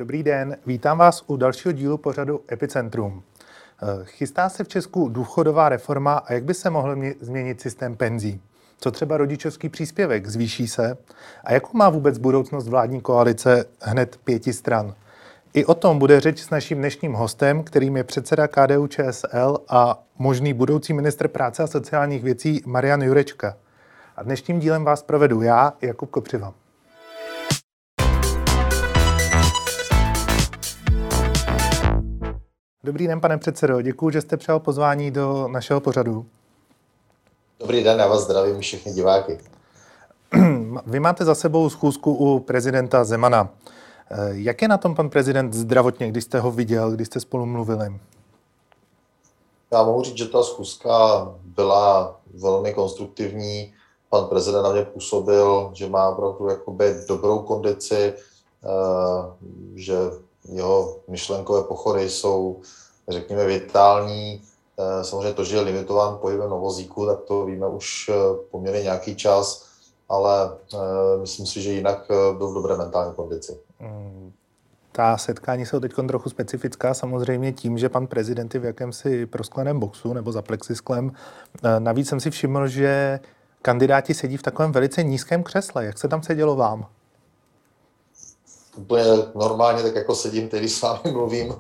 Dobrý den, vítám vás u dalšího dílu pořadu Epicentrum. Chystá se v Česku důchodová reforma a jak by se mohl změnit systém penzí? Co třeba rodičovský příspěvek, zvýší se? A jakou má vůbec budoucnost vládní koalice hned 5 stran? I o tom bude řeč s naším dnešním hostem, kterým je předseda KDU-ČSL a možný budoucí ministr práce a sociálních věcí Marian Jurečka. A dnešním dílem vás provedu já, Jakub Kopřiva. Dobrý den, pane předsedo. Děkuji, že jste přijal pozvání do našeho pořadu. Dobrý den, já vás zdravím všechny diváky. Vy máte za sebou schůzku u prezidenta Zemana. Jak je na tom pan prezident zdravotně, když jste ho viděl, když jste spolu mluvili? Já mohu říct, že ta schůzka byla velmi konstruktivní. Pan prezident na mě působil, že má opravdu jakoby dobrou kondici, že jeho myšlenkové pochody jsou, řekněme, vitální. Samozřejmě to, že je limitován pohybem na vozíku, tak to víme už poměrně nějaký čas, ale myslím si, že jinak byl v dobré mentální kondici. Ta setkání jsou teď trochu specifická, samozřejmě tím, že pan prezident je v jakémsi proskleném boxu nebo za plexisklem. Navíc jsem si všiml, že kandidáti sedí v takovém velice nízkém křesle. Jak se tam sedělo vám? Úplně normálně, tak jako sedím, teď, když s vámi mluvím.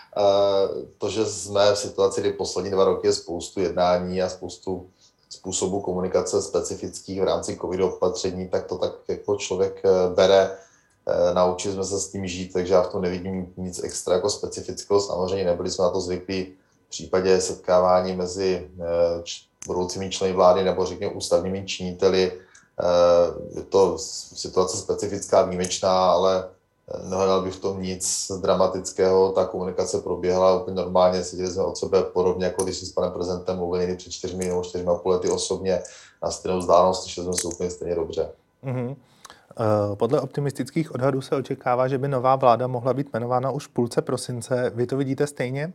To, že jsme v situaci, kdy poslední 2 roky je spoustu jednání a spoustu způsobů komunikace specifických v rámci covidu opatření, tak to tak jako člověk bere. Naučili jsme se s tím žít, takže já v tom nevidím nic extra jako specifického. Samozřejmě nebyli jsme na to zvyklí v případě setkávání mezi budoucími členy vlády nebo řekněme ústavními činiteli. Je to situace specifická, výjimečná, ale nehledal bych v tom nic dramatického. Ta komunikace proběhla úplně normálně, seděli jsme od sebe podobně, jako když jsme s panem prezidentem mluvili někdy před 4 nebo 4,5 lety osobně na stejnou vzdálenost, šli jsme se úplně stejně dobře. Mm-hmm. Podle optimistických odhadů se očekává, že by nová vláda mohla být jmenována už v půlce prosince. Vy to vidíte stejně?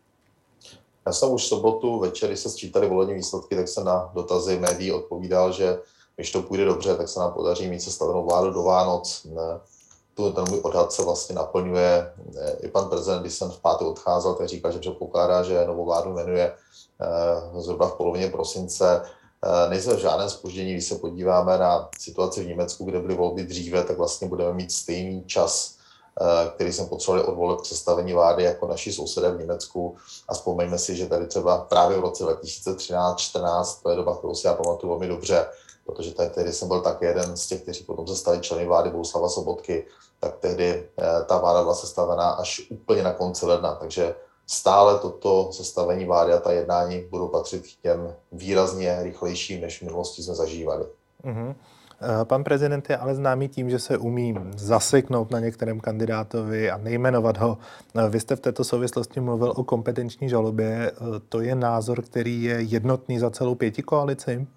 Já jsem už v sobotu večer, když se sčítali volební výsledky, tak jsem na dotazy médií odpovídal, že když to půjde dobře, tak se nám podaří mít sestavenou vládu do Vánoc. Ten můj odhad se vlastně naplňuje. I pan prezident, když jsem v pátek odcházel, tak říkal, že předpokládá, že novou vládu jmenuje zhruba v polovině prosince. Nejsme v žádném zpoždění, když se podíváme na situaci v Německu, kde byly volby dříve, tak vlastně budeme mít stejný čas, který jsme potřebovali od voleb k sestavení vlády jako naši sousedé v Německu. A vzpomeňme si, že tady třeba právě v roce 2013-14, to je doba, kterou si já pamatuju velmi dobře, protože tehdy jsem byl také jeden z těch, kteří potom se stali členy vlády Bohuslava Sobotky, tak tehdy ta vláda byla sestavená až úplně na konci ledna. Takže stále toto sestavení vlády a ta jednání budou patřit k těm výrazně rychlejším, než v minulosti jsme zažívali. Mm-hmm. Pan prezident je ale známý tím, že se umí zaseknout na některém kandidátovi a nejmenovat ho. Vy jste v této souvislosti mluvil o kompetenční žalobě. To je názor, který je jednotný za celou pětikoalici?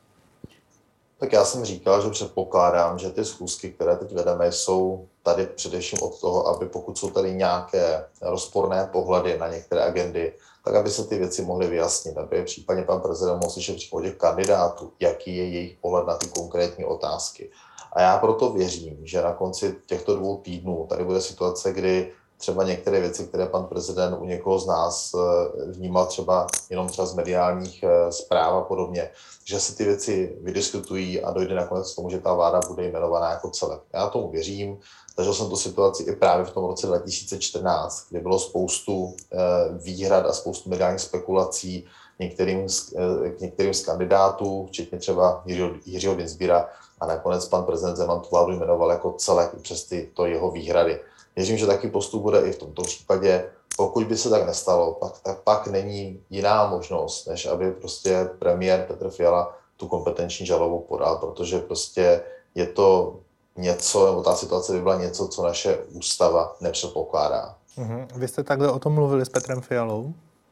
Tak já jsem říkal, že předpokládám, že ty schůzky, které teď vedeme, jsou tady především od toho, aby pokud jsou tady nějaké rozporné pohledy na některé agendy, tak aby se ty věci mohly vyjasnit, aby případně pan prezident mohl slyšet přímo těch kandidátů, jaký je jejich pohled na ty konkrétní otázky. A já proto věřím, že na konci těchto 2 týdnů tady bude situace, kdy třeba některé věci, které pan prezident u někoho z nás vnímal třeba jenom z mediálních zpráv a podobně, že se ty věci vydiskutují a dojde nakonec k tomu, že ta vláda bude jmenovaná jako celek. Já tomu věřím. Zažil jsem tu situaci i právě v tom roce 2014, kdy bylo spoustu výhrad a spoustu mediálních spekulací k některým z kandidátů, včetně třeba Jiřího Dienstbiera, a nakonec pan prezident Zeman tu vládu jmenoval jako celek i přes to jeho výhrady. Věřím, že taky postup bude i v tomto případě. Pokud by se tak nestalo, pak není jiná možnost, než aby prostě premiér Petr Fiala tu kompetenční žalobu podal, protože prostě je to něco, nebo ta situace by byla něco, co naše ústava nepředpokládá. Vy jste takhle o tom mluvili s Petrem Fialou?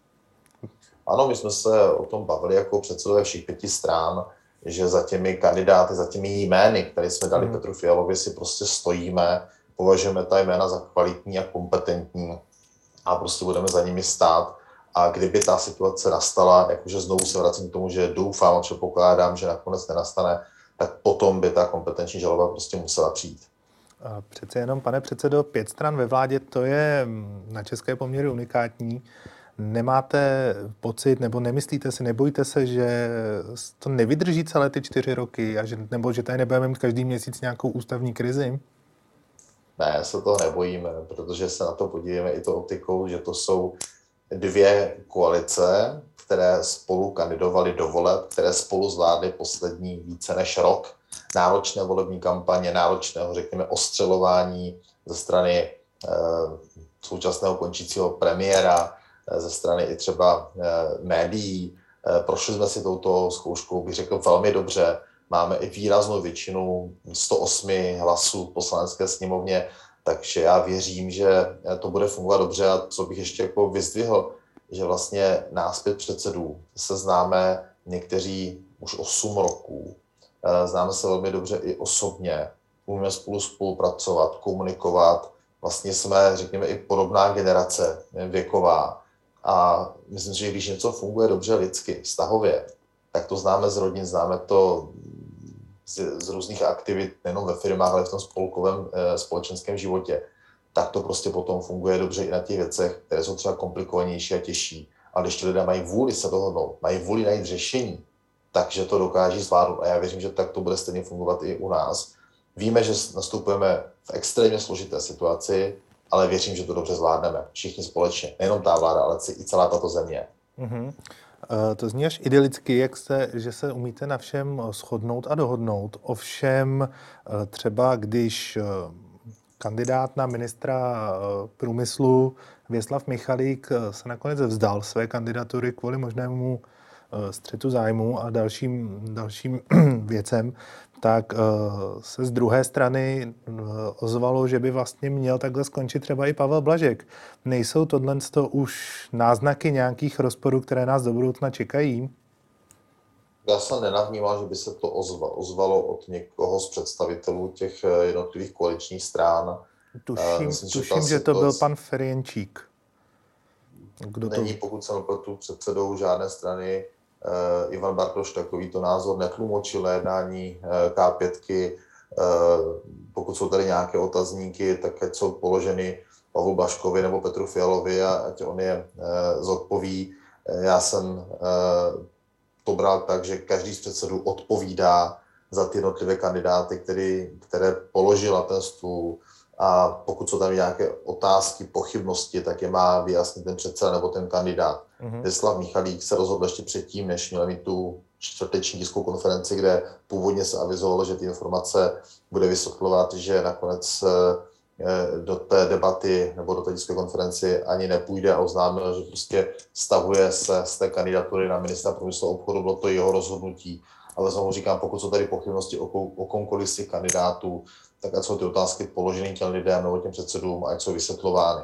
Ano, my jsme se o tom bavili jako předsedové všech 5 stran, že za těmi kandidáty, za těmi jmény, které jsme dali Petru Fialovi, si prostě stojíme, považujeme ta jména za kvalitní a kompetentní a prostě budeme za nimi stát. A kdyby ta situace nastala, jakože znovu se vracím k tomu, že doufám a předpokládám, že nakonec nenastane, tak potom by ta kompetenční žaloba prostě musela přijít. Přece jenom, pane předsedo, 5 stran ve vládě, to je na české poměry unikátní. Nemáte pocit, nebo nemyslíte si, nebojíte se, že to nevydrží celé ty 4 roky, nebo že tady nebudeme mít každý měsíc nějakou ústavní krizi? Ne, se toho nebojíme, protože se na to podíváme i tou optikou, že to jsou dvě koalice, které spolu kandidovaly do voleb, které spolu zvládly poslední více než rok náročné volební kampaně, náročného, řekněme, ostřelování ze strany současného končícího premiéra, ze strany i třeba médií. Prošli jsme si touto zkouškou, bych řekl, velmi dobře. Máme i výraznou většinu 108 hlasů v poslanecké sněmovně, takže já věřím, že to bude fungovat dobře. A co bych ještě jako vyzdvihl, že vlastně nás 5 předsedů se známe někteří už 8 roků. Známe se velmi dobře i osobně, umíme spolu spolupracovat, komunikovat. Vlastně jsme, řekněme, i podobná generace věková. A myslím si, že když něco funguje dobře lidsky, vztahově, tak to známe z rodin, známe to z různých aktivit, nejenom ve firmách, ale v tom spolkovém společenském životě, tak to prostě potom funguje dobře i na těch věcech, které jsou třeba komplikovanější a těžší. A když ti lidé mají vůli se dohodnout, mají vůli najít řešení, takže to dokáží zvládnout. A já věřím, že tak to bude stejně fungovat i u nás. Víme, že nastupujeme v extrémně složité situaci, ale věřím, že to dobře zvládneme. Všichni společně. Nejenom ta vláda, ale i celá tato země. Mm-hmm. To zní až idylicky, že se umíte na všem shodnout a dohodnout. Ovšem třeba když kandidát na ministra průmyslu Věslav Michalík se nakonec vzdal své kandidatury kvůli možnému střetu zájmu a dalším věcem, tak se z druhé strany ozvalo, že by vlastně měl takhle skončit třeba i Pavel Blažek. Nejsou tohle už náznaky nějakých rozporů, které nás do budoucna čekají? Já jsem nenavnímal, že by se to ozvalo od někoho z představitelů těch jednotlivých koaličních stran. Tuším, že to byl pan Ferjenčík. Není, pokud jsem tu předsedou žádné strany, Ivan Bartoš takovýto názor netlumočil na jednání K5. Pokud jsou tady nějaké otazníky, tak ať jsou položeny Pavlu Blažkovi nebo Petru Fialovi a ať on je zodpoví. Já jsem to bral tak, že každý z předsedů odpovídá za ty jednotlivé kandidáty, které položil na ten stůl. A pokud jsou tam nějaké otázky, pochybnosti, tak je má vyjasnit ten předseda nebo ten kandidát. Věslav Michalík se rozhodl ještě předtím, než měl mít tu čtvrteční tiskovou konferenci, kde původně se avizovalo, že ty informace bude vysvětlovat, že nakonec do té debaty nebo do té tiskové konferenci ani nepůjde a oznámil, že prostě stahuje se z té kandidatury na ministra průmyslu a obchodu, bylo to jeho rozhodnutí. Ale znovu říkám, pokud jsou tady pochybnosti o komkoliv z těch kandidátů, tak ať jsou ty otázky položeny těm lidem nebo těm předsedům a ať jsou vysvětlovány.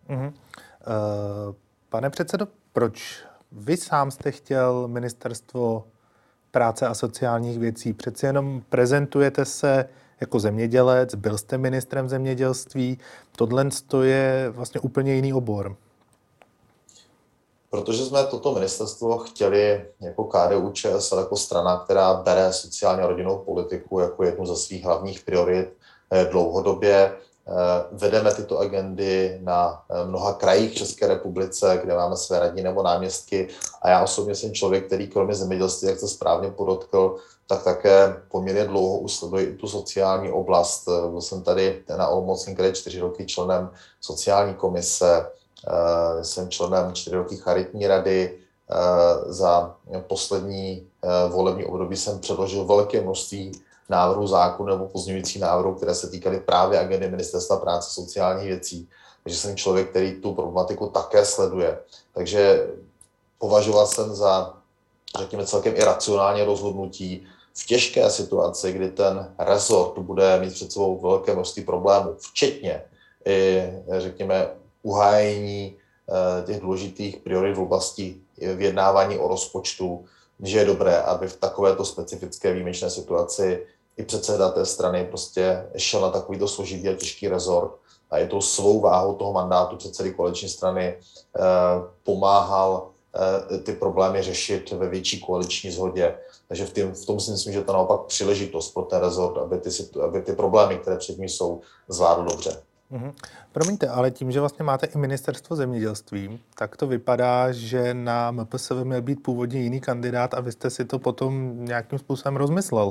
Pane předsedo, proč vy sám jste chtěl Ministerstvo práce a sociálních věcí? Přeci jenom prezentujete se jako zemědělec, byl jste ministrem zemědělství, tohle je vlastně úplně jiný obor. Protože jsme toto ministerstvo chtěli jako KDU-ČSL, jako strana, která bere sociálně rodinnou politiku jako jednu ze svých hlavních priorit dlouhodobě. Vedeme tyto agendy na mnoha krajích v České republice, kde máme své radní nebo náměstky. A já osobně jsem člověk, který kromě zemědělství, jak jste správně podotkl, tak také poměrně dlouho usleduje i tu sociální oblast. Byl jsem tady na Olomouckém kraji 4 roky členem sociální komise, jsem členem 4 roky charitní rady. Za poslední volební období jsem předložil velké množství návrhů zákonů nebo pozměňujících návrhů, které se týkaly právě agendy Ministerstva práce a sociálních věcí. Takže jsem člověk, který tu problematiku také sleduje. Takže považoval jsem za, řekněme, celkem iracionální rozhodnutí v těžké situaci, kdy ten rezort bude mít před sebou velké množství problémů, včetně i, řekněme, uhájení těch důležitých priorit v oblasti vyjednávání o rozpočtu, že je dobré, aby v takovéto specifické výjimečné situaci i předseda té strany prostě šel na takovýto složitý a těžký rezort a je to svou váhou toho mandátu předsedy koaliční strany pomáhal ty problémy řešit ve větší koaliční shodě. Takže v tom si myslím, že to naopak příležitost pro ten rezort, aby ty problémy, které před ním jsou, zvládl dobře. Promiňte, ale tím, že vlastně máte i ministerstvo zemědělství, tak to vypadá, že na MPSV měl být původně jiný kandidát a vy jste si to potom nějakým způsobem rozmyslel.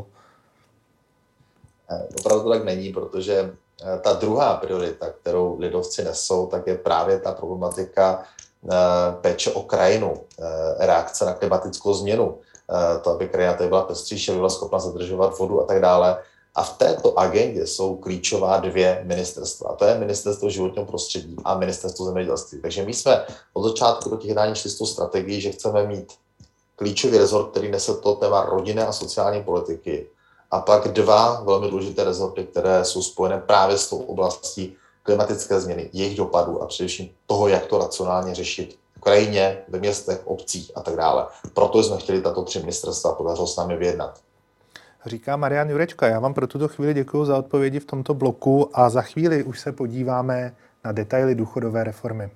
Opravdu to tak není, protože ta druhá priorita, kterou lidovci nesou, tak je právě ta problematika péče o krajinu, reakce na klimatickou změnu, to, aby krajina tady byla pestřejší, aby byla schopna zadržovat vodu a tak dále. A v této agendě jsou klíčová dvě ministerstva. A to je ministerstvo životního prostředí a ministerstvo zemědělství. Takže my jsme od začátku do těch jednání šli s tou strategií, že chceme mít klíčový rezort, který nese to téma rodinné a sociální politiky. A pak dva velmi důležité rezorty, které jsou spojené právě s tou oblastí klimatické změny, jejich dopadů a především toho, jak to racionálně řešit v krajině, ve městech, obcích a tak dále. Proto jsme chtěli tato tři ministerstva podařilo s námi vyjednat. Říká Marian Jurečka. Já vám pro tuto chvíli děkuji za odpovědi v tomto bloku a za chvíli už se podíváme na detaily důchodové reformy.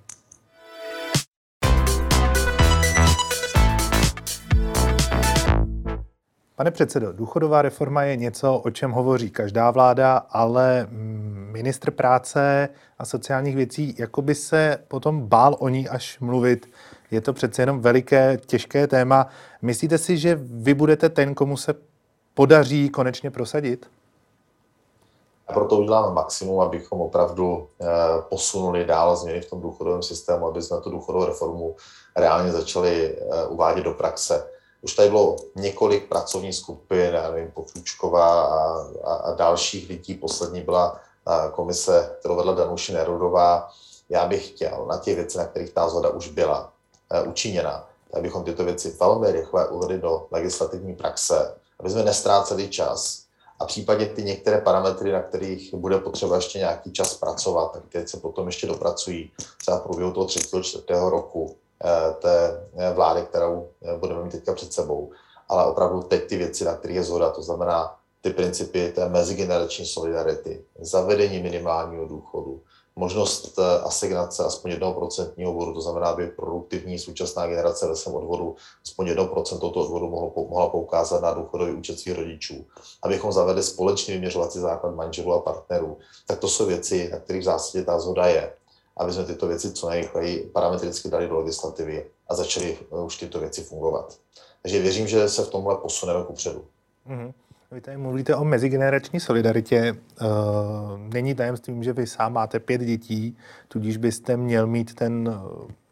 Pane předsedo, důchodová reforma je něco, o čem hovoří každá vláda, ale ministr práce a sociálních věcí jakoby se potom bál o ní až mluvit. Je to přece jenom veliké, těžké téma. Myslíte si, že vy budete ten, komu se podaří konečně prosadit? A proto uděláme maximum, abychom opravdu posunuli dál změny v tom důchodovém systému, aby jsme tu důchodovou reformu reálně začali uvádět do praxe. Už tady bylo několik pracovních skupin, já nevím, Potůčková a dalších lidí. Poslední byla komise, kterou vedla Danuše Nerudová. Já bych chtěl na těch věcech, na kterých ta shoda už byla učiněna, abychom tyto věci velmi rychle uvedli do legislativní praxe, aby jsme nestráceli čas a případně ty některé parametry, na kterých bude potřeba ještě nějaký čas pracovat, tak teď se potom ještě dopracují třeba v průběhu toho 3. 4. roku té vlády, kterou budeme mít teďka před sebou. Ale opravdu teď ty věci, na kterých je shoda, to znamená ty principy té mezigenerační solidarity, zavedení minimálního důchodu, možnost asignace aspoň 1% bodu, to znamená, aby produktivní současná generace ve svém odvodu aspoň 1% tohoto odvodu mohla poukázat na důchodový účet svých rodičů, abychom zavedli společný vyměřovací základ manželů a partnerů. Tak to jsou věci, na kterých v zásadě ta shoda je, aby jsme tyto věci co nejrychleji parametricky dali do legislativy a začaly už tyto věci fungovat. Takže věřím, že se v tomhle posuneme kupředu. Vy tady mluvíte o mezigenerační solidaritě. Není tajemstvím, že vy sám máte 5 dětí, tudíž byste měl mít ten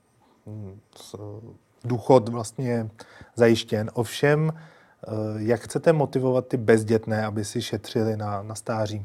důchod vlastně zajištěn. Ovšem, jak chcete motivovat ty bezdětné, aby si šetřili na stáří?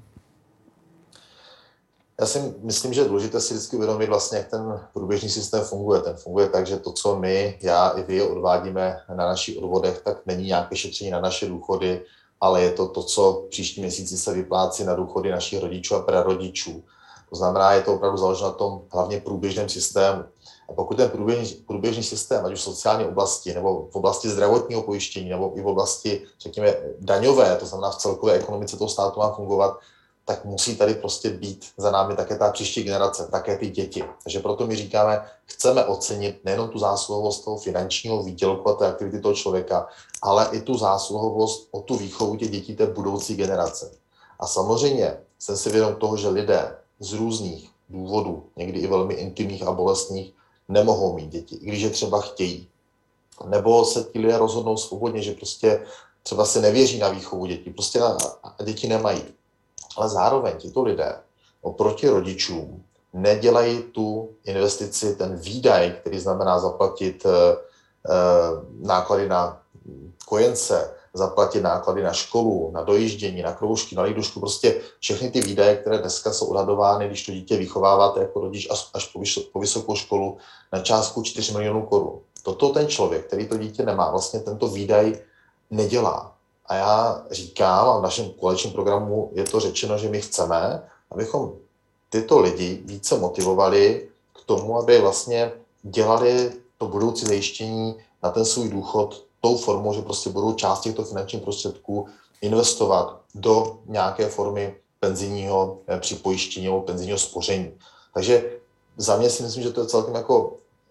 Já si myslím, že je důležité si vždycky uvědomit vlastně, jak ten průběžný systém funguje. Ten funguje tak, že to, co my, já i vy odvádíme na našich odvodech, tak není nějaké šetření na naše důchody, ale je to, co příští měsíci se vyplácí na důchody našich rodičů a prarodičů. To znamená, je to opravdu založeno na tom hlavně průběžném systému. A pokud ten průběžný systém, ať už v sociální oblasti, nebo v oblasti zdravotního pojištění, nebo i v oblasti, řekněme, daňové, to znamená v celkové ekonomice toho státu má fungovat, tak musí tady prostě být za námi také ta příští generace, také ty děti. Takže proto my říkáme, chceme ocenit nejenom tu zásluhovost toho finančního výdělku a té aktivity toho člověka, ale i tu zásluhovost o tu výchovu těch dětí té budoucí generace. A samozřejmě jsem si vědom toho, že lidé z různých důvodů, někdy i velmi intimních a bolestných, nemohou mít děti, i když je třeba chtějí. Nebo se ti lidé rozhodnou svobodně, že prostě třeba se nevěří na výchovu dětí, prostě děti nemají. Ale zároveň tito lidé oproti rodičům nedělají tu investici, ten výdaj, který znamená zaplatit náklady na kojence, zaplatit náklady na školu, na dojíždění, na kroužky, na lídušku, prostě všechny ty výdaje, které dneska jsou odhadovány, když to dítě vychováváte jako rodič až po vysokou školu, na částku 4 milionů korun. Toto ten člověk, který to dítě nemá, vlastně tento výdaj nedělá. A já říkám, a v našem koaličním programu je to řečeno, že my chceme, abychom tyto lidi více motivovali k tomu, aby vlastně dělali to budoucí zajištění na ten svůj důchod tou formou, že prostě budou část těchto finančních prostředků investovat do nějaké formy penzijního připojištění nebo penzijního spoření. Takže za mě si myslím, že to je celkem jako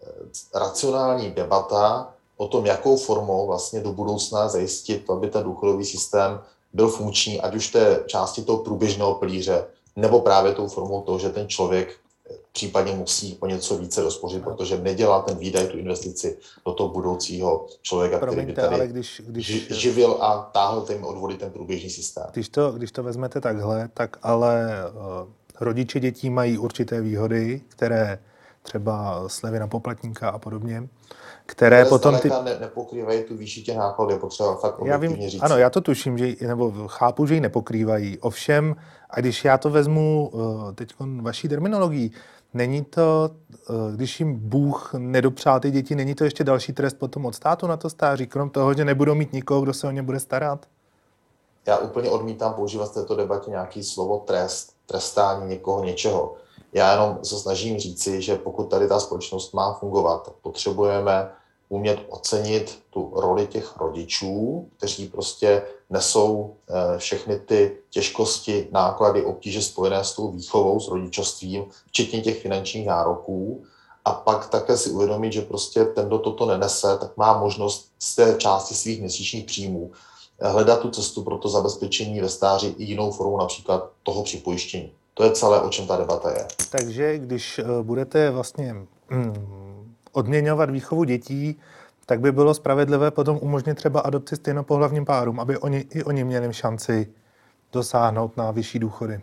racionální debata o tom, jakou formou vlastně do budoucna zajistit, aby ten důchodový systém byl funkční, ať už té části toho průběžného pilíře, nebo právě tou formou toho, že ten člověk případně musí o něco více rozpořit, protože nedělá ten výdaj, tu investici do toho budoucího člověka, který by tady ale živil a táhl těmi odvody ten průběžný systém. Když to vezmete takhle, tak ale rodiče dětí mají určité výhody, které třeba slevy na poplatníka a podobně, které potom nepokrývají tu výši těch nákladů, je potřeba fakt objektivně říct. Ano, já to tuším, nebo chápu, že ji nepokrývají. Ovšem, a když já to vezmu teď vaší terminologií, není to, když jim Bůh nedopřál ty děti, není to ještě další trest potom od státu na to stáří, krom toho, že nebudou mít nikoho, kdo se o ně bude starat? Já úplně odmítám používat v této debatě nějaké slovo trest, trestání někoho, něčeho. Já jenom se snažím říci, že pokud tady ta společnost má fungovat, tak potřebujeme umět ocenit tu roli těch rodičů, kteří prostě nesou všechny ty těžkosti, náklady, obtíže spojené s tou výchovou, s rodičovstvím, včetně těch finančních nároků. A pak také si uvědomit, že prostě ten, kdo toto nenese, tak má možnost z té části svých měsíčních příjmů hledat tu cestu pro to zabezpečení ve stáří i jinou formou, například toho připojištění. To je celé, o čem ta debata je. Takže když budete vlastně odměňovat výchovu dětí, tak by bylo spravedlivé potom umožnit třeba adopci stejnopohlavním párům, aby oni měli šanci dosáhnout na vyšší důchody.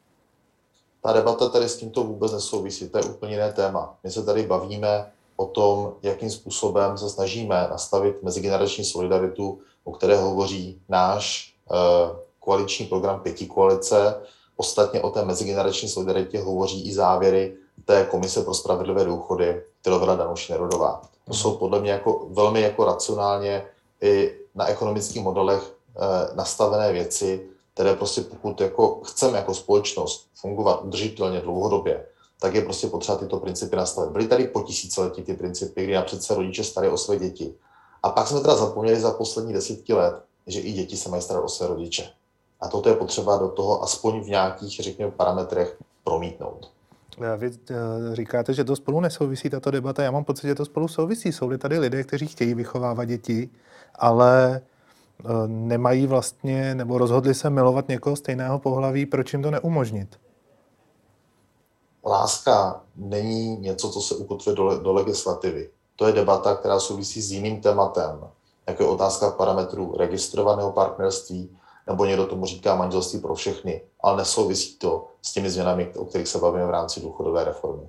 Ta debata tady s tímto vůbec nesouvisí, to je úplně jiné téma. My se tady bavíme o tom, jakým způsobem se snažíme nastavit mezigenerační solidaritu, o které hovoří náš koaliční program Pětikoalice. Ostatně o té mezigenerační solidaritě hovoří i závěry té Komise pro spravedlivé důchody, kterou vedla Danuše Nerudová. To jsou podle mě velmi racionálně i na ekonomických modelech nastavené věci, které prostě pokud chceme jako společnost fungovat udržitelně dlouhodobě, tak je prostě potřeba tyto principy nastavit. Byly tady po tisíciletí ty principy, kdy napřed se rodiče starají o své děti. A pak jsme teda zapomněli za poslední desítky let, že i děti se mají starat o své rodiče. A toto je potřeba do toho aspoň v nějakých, řekněme, parametrech promítnout. Vy říkáte, že to spolu nesouvisí, tato debata. Já mám pocit, že to spolu souvisí. Jsou tady lidé, kteří chtějí vychovávat děti, ale nemají vlastně, nebo rozhodli se milovat někoho stejného pohlaví, proč jim to neumožnit? Láska není něco, co se ukotvuje do legislativy. To je debata, která souvisí s jiným tématem, jako je otázka parametrů registrovaného partnerství, nebo někdo tomu říká manželství pro všechny, ale nesouvisí to s těmi změnami, o kterých se bavíme v rámci důchodové reformy.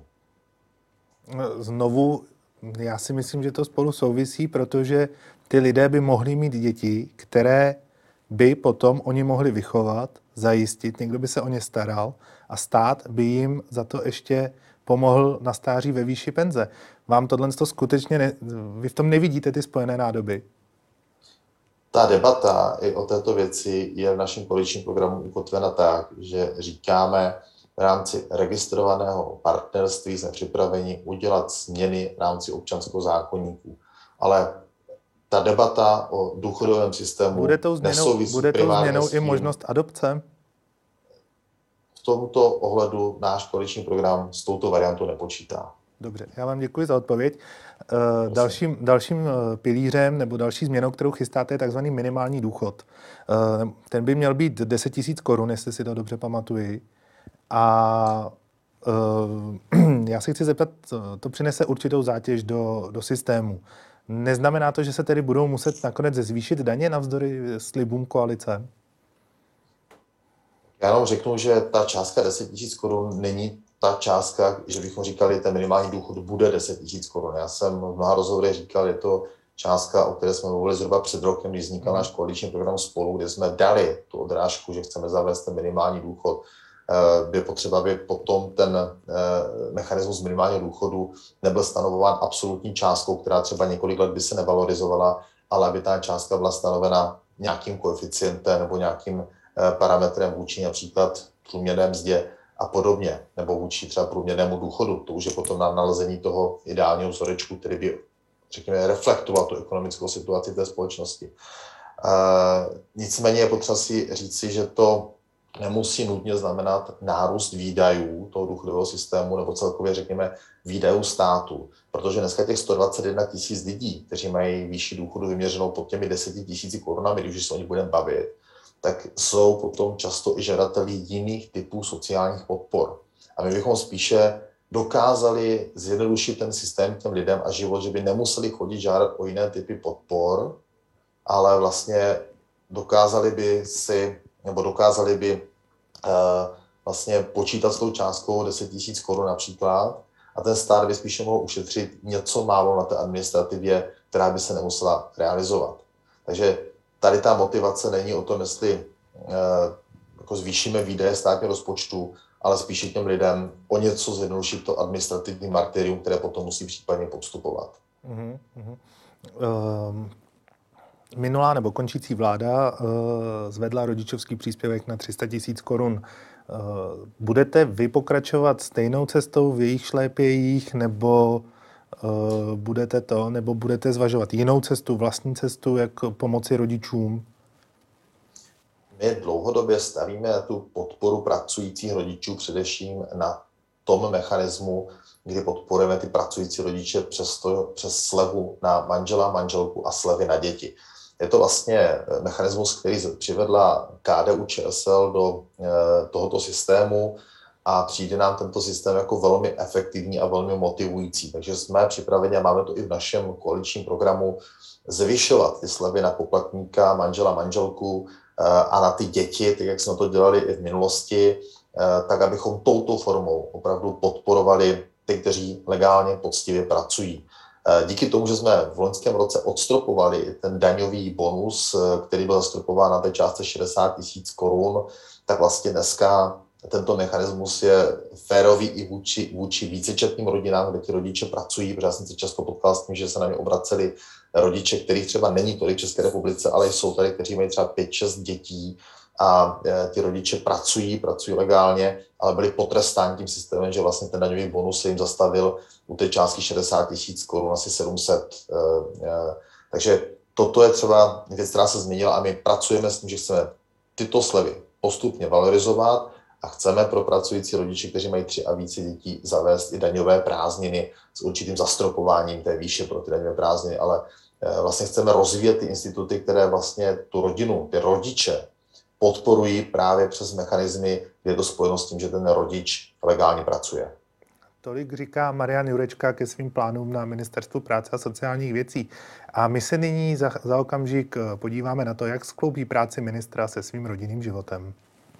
Znovu, já si myslím, že to spolu souvisí, protože ty lidé by mohli mít děti, které by potom oni mohli vychovat, zajistit, někdo by se o ně staral a stát by jim za to ještě pomohl na stáří ve výši penze. Vám tohle skutečně, vy v tom nevidíte ty spojené nádoby? Ta debata i o této věci je v našem koaličním programu ukotvena tak, že říkáme, v rámci registrovaného partnerství jsme připraveni udělat změny v rámci občanského zákoníku. Ale ta debata o důchodovém systému nesouvisí Bude tou změnou i možnost adopce? V tomto ohledu náš koaliční program s touto variantou nepočítá. Dobře, já vám děkuji za odpověď. Dalším pilířem nebo další změnou, kterou chystáte, je takzvaný minimální důchod. Ten by měl být 10 000 korun, jestli si to dobře pamatuji. A já se chci zeptat, to přinese určitou zátěž do systému. Neznamená to, že se tedy budou muset nakonec zvýšit daně navzdory slibům koalice? Já jenom řeknu, že ta částka 10 000 korun není ta částka, že bychom říkali, ten minimální důchod bude 10 000 korun. Já jsem v mnoha rozhovorech říkal, je to částka, o které jsme mluvili zhruba před rokem, když vznikal náš koaliční program Spolu, kde jsme dali tu odrážku, že chceme zavést ten minimální důchod. Je potřeba, aby potom ten mechanismus minimálního důchodu nebyl stanovován absolutní částkou, která třeba několik let by se nevalorizovala, ale aby ta částka byla stanovena nějakým koeficientem nebo nějakým parametrem vůči například průměrné mzdě a podobně, nebo vůči třeba průměrnému důchodu. To už je potom na nalezení toho ideálního vzorečku, který by, řekněme, reflektoval tu ekonomickou situaci té společnosti. Nicméně je potřeba si říci, že to nemusí nutně znamenat nárůst výdajů toho důchodového systému nebo celkově, řekněme, výdajů státu. Protože dneska těch 121 000 lidí, kteří mají výši důchodu vyměřenou pod těmi 10 000 korunami, když se o nich budeme bavit, tak jsou potom často i žadateli jiných typů sociálních podpor. A my bychom spíše dokázali zjednodušit ten systém těm lidem a život, že by nemuseli chodit žádat o jiné typy podpor, ale vlastně dokázali by vlastně počítat s tou částkou 10 000 korun například a ten stát by spíše mohl ušetřit něco málo na té administrativě, která by se nemusela realizovat. Takže tady ta motivace není o tom, jestli jako zvýšíme výdaje státního rozpočtu, ale spíše těm lidem o něco zjednodušit to administrativní martyrium, které potom musí případně podstupovat. Minulá nebo končící vláda zvedla rodičovský příspěvek na 300 000 korun. Budete vy pokračovat stejnou cestou v jejich šlépějích, nebo budete zvažovat jinou cestu, vlastní cestu, jak pomoci rodičům? My dlouhodobě stavíme tu podporu pracujících rodičů především na tom mechanismu, kdy podporujeme ty pracující rodiče přes slevu na manžela, manželku a slevy na děti. Je to vlastně mechanismus, který přivedla KDU-ČSL do tohoto systému a přijde nám tento systém jako velmi efektivní a velmi motivující. Takže jsme připraveni a máme to i v našem koaličním programu zvyšovat ty slevy na poplatníka, manžela, manželku a na ty děti, tak jak jsme to dělali i v minulosti, tak abychom touto formou opravdu podporovali ty, kteří legálně poctivě pracují. Díky tomu, že jsme v loňském roce odstropovali ten daňový bonus, který byl zastropován na té částce 60 000 korun, tak vlastně dneska tento mechanismus je férový i vůči vícečetným rodinám, kde ti rodiče pracují, protože já jsem se často potkal s tím, že se na ně obraceli rodiče, kterých třeba není tolik v České republice, ale jsou tady, kteří mají třeba 5-6 dětí a ti rodiče pracují legálně, ale byli potrestáni tím systémem, že vlastně ten daňový bonus se jim zastavil u té částky 60 000 korun, asi 700. Takže toto je třeba věc, která se změnila a my pracujeme s tím, že chceme tyto slevy postupně valorizovat a chceme pro pracující rodiče, kteří mají 3 a více dětí, zavést i daňové prázdniny s určitým zastropováním té výše pro ty daňové prázdniny, ale vlastně chceme rozvíjet ty instituty, které vlastně tu rodinu, ty rodiče podporují právě přes mechanismy, kde je to spojeno s tím, že ten rodič legálně pracuje. Tolik říká Marian Jurečka ke svým plánům na Ministerstvu práce a sociálních věcí. A my se nyní za okamžik podíváme na to, jak skloubí práci ministra se svým rodinným životem.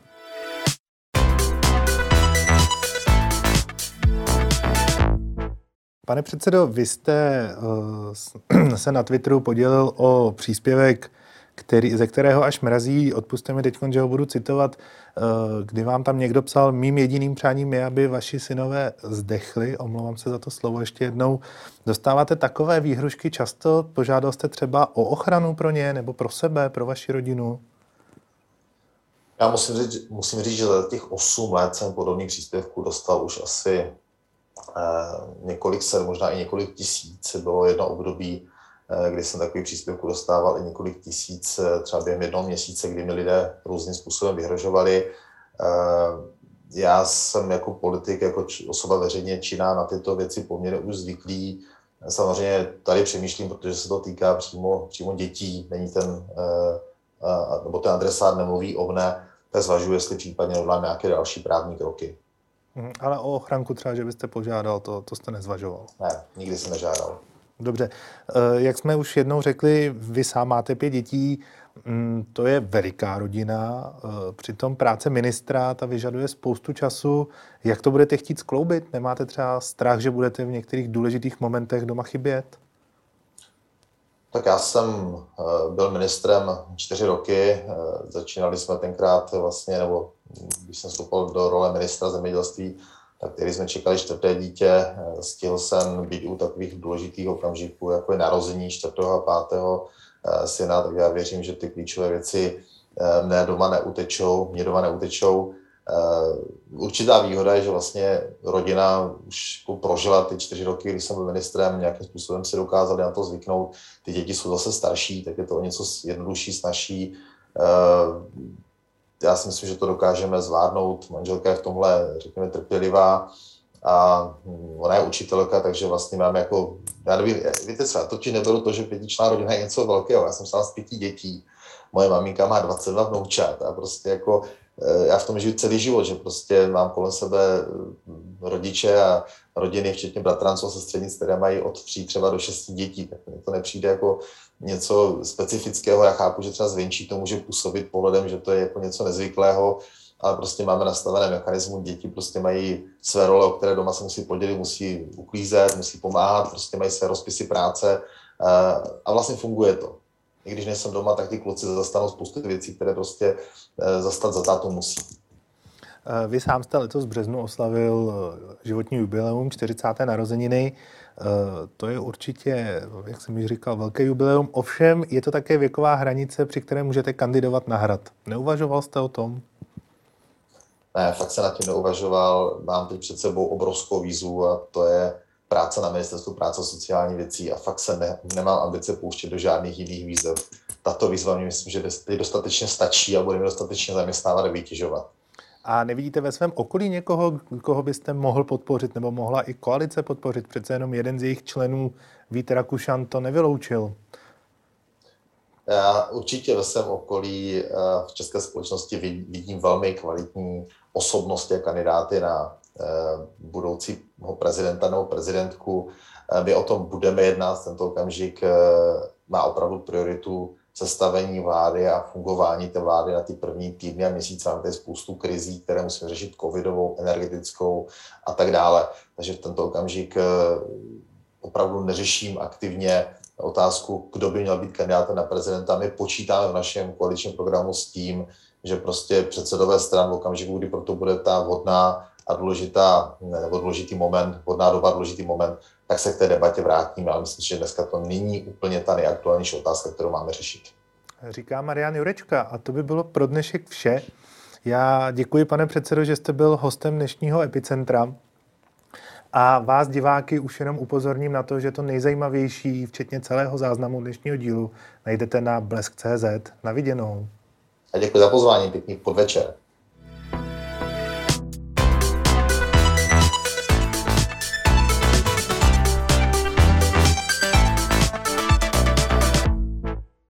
Pane předsedo, vy jste se na Twitteru podělil o příspěvek, ze kterého až mrazí, odpusťte mi teď, že ho budu citovat, kdy vám tam někdo psal: mým jediným přáním je, aby vaši synové zdechli. Omlouvám se za to slovo ještě jednou. Dostáváte takové výhrušky často? Požádal jste třeba o ochranu pro ně nebo pro sebe, pro vaši rodinu? Já musím říct, že za těch 8 let jsem podobných příspěvků dostal už asi několik set, možná i několik tisíc. Bylo jedno období, kdy jsem takový příspěvku dostával i několik tisíc, třeba během jednoho měsíce, kdy mi lidé různým způsobem vyhrožovali. Já jsem jako politik, jako osoba veřejně činná na tyto věci poměrně už zvyklý. Samozřejmě tady přemýšlím, protože se to týká přímo dětí, není nebo ten adresát nemluví o mne, tak zvažuji, jestli případně odvolám nějaké další právní kroky. Ale o ochranku třeba, že byste požádal, to jste nezvažoval? Ne, nikdy jsem nežádal. Dobře. Jak jsme už jednou řekli, vy sám máte 5 dětí, to je veliká rodina, přitom práce ministra, ta vyžaduje spoustu času. Jak to budete chtít skloubit? Nemáte třeba strach, že budete v některých důležitých momentech doma chybět? Tak já jsem byl ministrem 4 roky, začínali jsme tenkrát vlastně, nebo když jsem vstoupil do role ministra zemědělství, tak když jsme čekali 4. dítě, stihl jsem být u takových důležitých okamžiků, jako je narození 4. a 5. syna, tak já věřím, že ty klíčové věci mě doma neutečou. Určitá výhoda je, že vlastně rodina už prožila ty 4 roky, když jsem byl ministrem, nějakým způsobem si dokázali na to zvyknout. Ty děti jsou zase starší, tak je to o něco jednodušší, snazší. já si myslím, že to dokážeme zvládnout. Manželka je v tomhle, řekněme, trpělivá a ona je učitelka, takže vlastně máme jako, já nevím, víte co, já totiž neberu to, že 5členná rodina je něco velkého. Já jsem sám z 5 dětí, moje maminka má 22 vnoučat a prostě jako já v tom žiju celý život, že prostě mám kolem sebe rodiče a rodiny, včetně bratranců a sestřenic, které mají od 3 třeba do 6 dětí, tak mně to nepřijde jako něco specifického. Já chápu, že třeba zvenčí to může působit pohledem, že to je jako něco nezvyklého, ale prostě máme nastavené mechanismy, děti prostě mají své role, o které doma se musí podělit, musí uklízet, musí pomáhat, prostě mají své rozpisy práce a vlastně funguje to. I když nejsem doma, tak ty kluci zastanou spoustu věcí, které prostě zastat za tátu musí. Vy sám jste letos v březnu oslavil životní jubileum, 40. narozeniny. To je určitě, jak jsem již říkal, velké jubileum. Ovšem je to také věková hranice, při které můžete kandidovat na hrad. Neuvažoval jste o tom? Ne, fakt se nad tím neuvažoval. Mám teď před sebou obrovskou výzvu a to je práce na Ministerstvu práce a sociální věcí a fakt se nemám ambice pouštět do žádných jiných výzev. Tato výzva mi myslím, že dostatečně stačí a bude mi dostatečně zaměstnávat a vytěžovat. A nevidíte ve svém okolí někoho, koho byste mohl podpořit, nebo mohla i koalice podpořit? Přece jenom jeden z jejich členů, Vít Rakušan, to nevyloučil. Já určitě ve svém okolí v české společnosti vidím velmi kvalitní osobnosti a kandidáty na budoucího prezidenta nebo prezidentku. My o tom budeme jednat. Tento okamžik má opravdu prioritu sestavení vlády a fungování té vlády na ty první týdny a měsíce. Máme tady spoustu krizí, které musíme řešit, covidovou, energetickou a tak dále. Takže v tento okamžik opravdu neřeším aktivně otázku, kdo by měl být kandidátem na prezidenta. My počítáme v našem koaličním programu s tím, že prostě předsedové stran v okamžiku, kdy proto bude ta vhodná a důležitá, nebo důležitý moment, vhodná doba, důležitý moment, tak se k té debatě vrátíme. Ale myslím, že dneska to není úplně ta nejaktuálnější otázka, kterou máme řešit. Říká Marian Jurečka a to by bylo pro dnešek vše. Já děkuji, pane předsedo, že jste byl hostem dnešního Epicentra. A vás, diváky, už jenom upozorním na to, že to nejzajímavější, včetně celého záznamu dnešního dílu, najdete na blesk.cz. Na viděnou. A děkuji za pozvání, pěkný podvečer.